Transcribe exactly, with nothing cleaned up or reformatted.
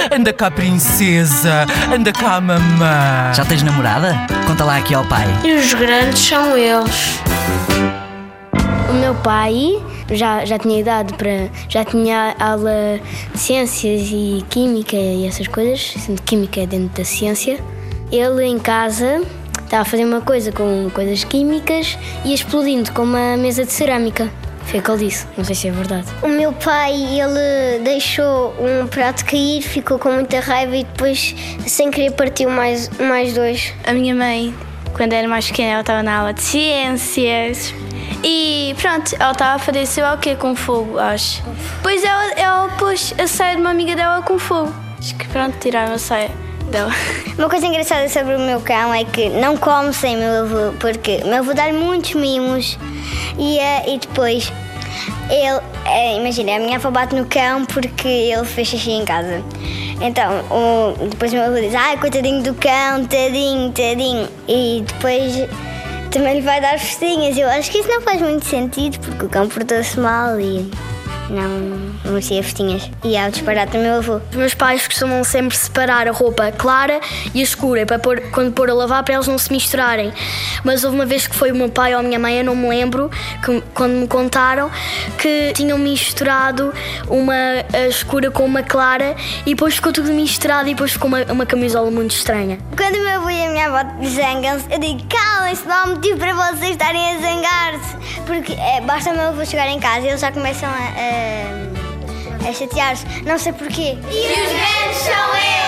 Anda cá, princesa. Anda cá, mamã. Já tens namorada? Conta lá aqui ao pai. E os grandes são eles. O meu pai já, já tinha idade para... Já tinha aula de ciências e química e essas coisas. Sendo química é dentro da ciência. Ele em casa estava a fazer uma coisa com coisas químicas e explodindo com uma mesa de cerâmica. Foi o que ele disse, não sei se é verdade. O meu pai, ele deixou um prato cair, ficou com muita raiva e depois, sem querer, partiu mais, mais dois. A minha mãe, quando era mais pequena, ela estava na aula de ciências e pronto, ela estava a fazer sei lá o quê com fogo, acho. Depois ela, ela pôs a saia de uma amiga dela com fogo. Acho que pronto, tiraram a saia dela. Uma coisa engraçada sobre o meu cão é que não come sem meu avô, porque meu avô dá-lhe muitos mimos e, uh, e depois ele, uh, imagina, a minha avó bate no cão porque ele fez xixi em casa. Então, o, depois o meu avô diz, ai, coitadinho do cão, tadinho, tadinho. E depois também lhe vai dar festinhas. Eu acho que isso não faz muito sentido, porque o cão portou-se mal e não merecia festinhas. E há o disparate do meu avô. Os meus pais costumam sempre separar a roupa clara e a escura, para pôr, quando pôr a lavar, para eles não se misturarem. Mas houve uma vez que foi o meu pai ou a minha mãe, eu não me lembro, que, quando me contaram, que tinham misturado uma a escura com uma clara e depois ficou tudo misturado e depois ficou uma, uma camisola muito estranha. Quando o meu avô e a minha avó zangam-se, eu digo, calem-se, não há motivo para vocês estarem a zangar-se. Porque é, basta o meu avô chegar em casa e eles já começam a, a, a chatear-se, não sei porquê. E os grandes são eles!